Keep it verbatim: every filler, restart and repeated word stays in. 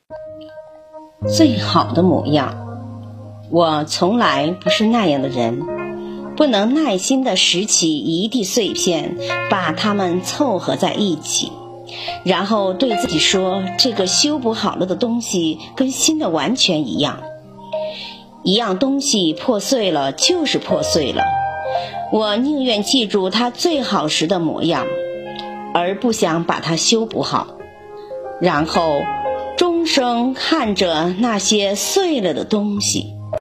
最好的模样。我从来不是那样的人，不能耐心地拾起一地碎片，把它们凑合在一起，然后对自己说，这个修补好了的东西跟新的完全一样。一样东西破碎了就是破碎了，我宁愿记住它最好时的模样，而不想把它修补好，然后终生看着那些碎了的东西。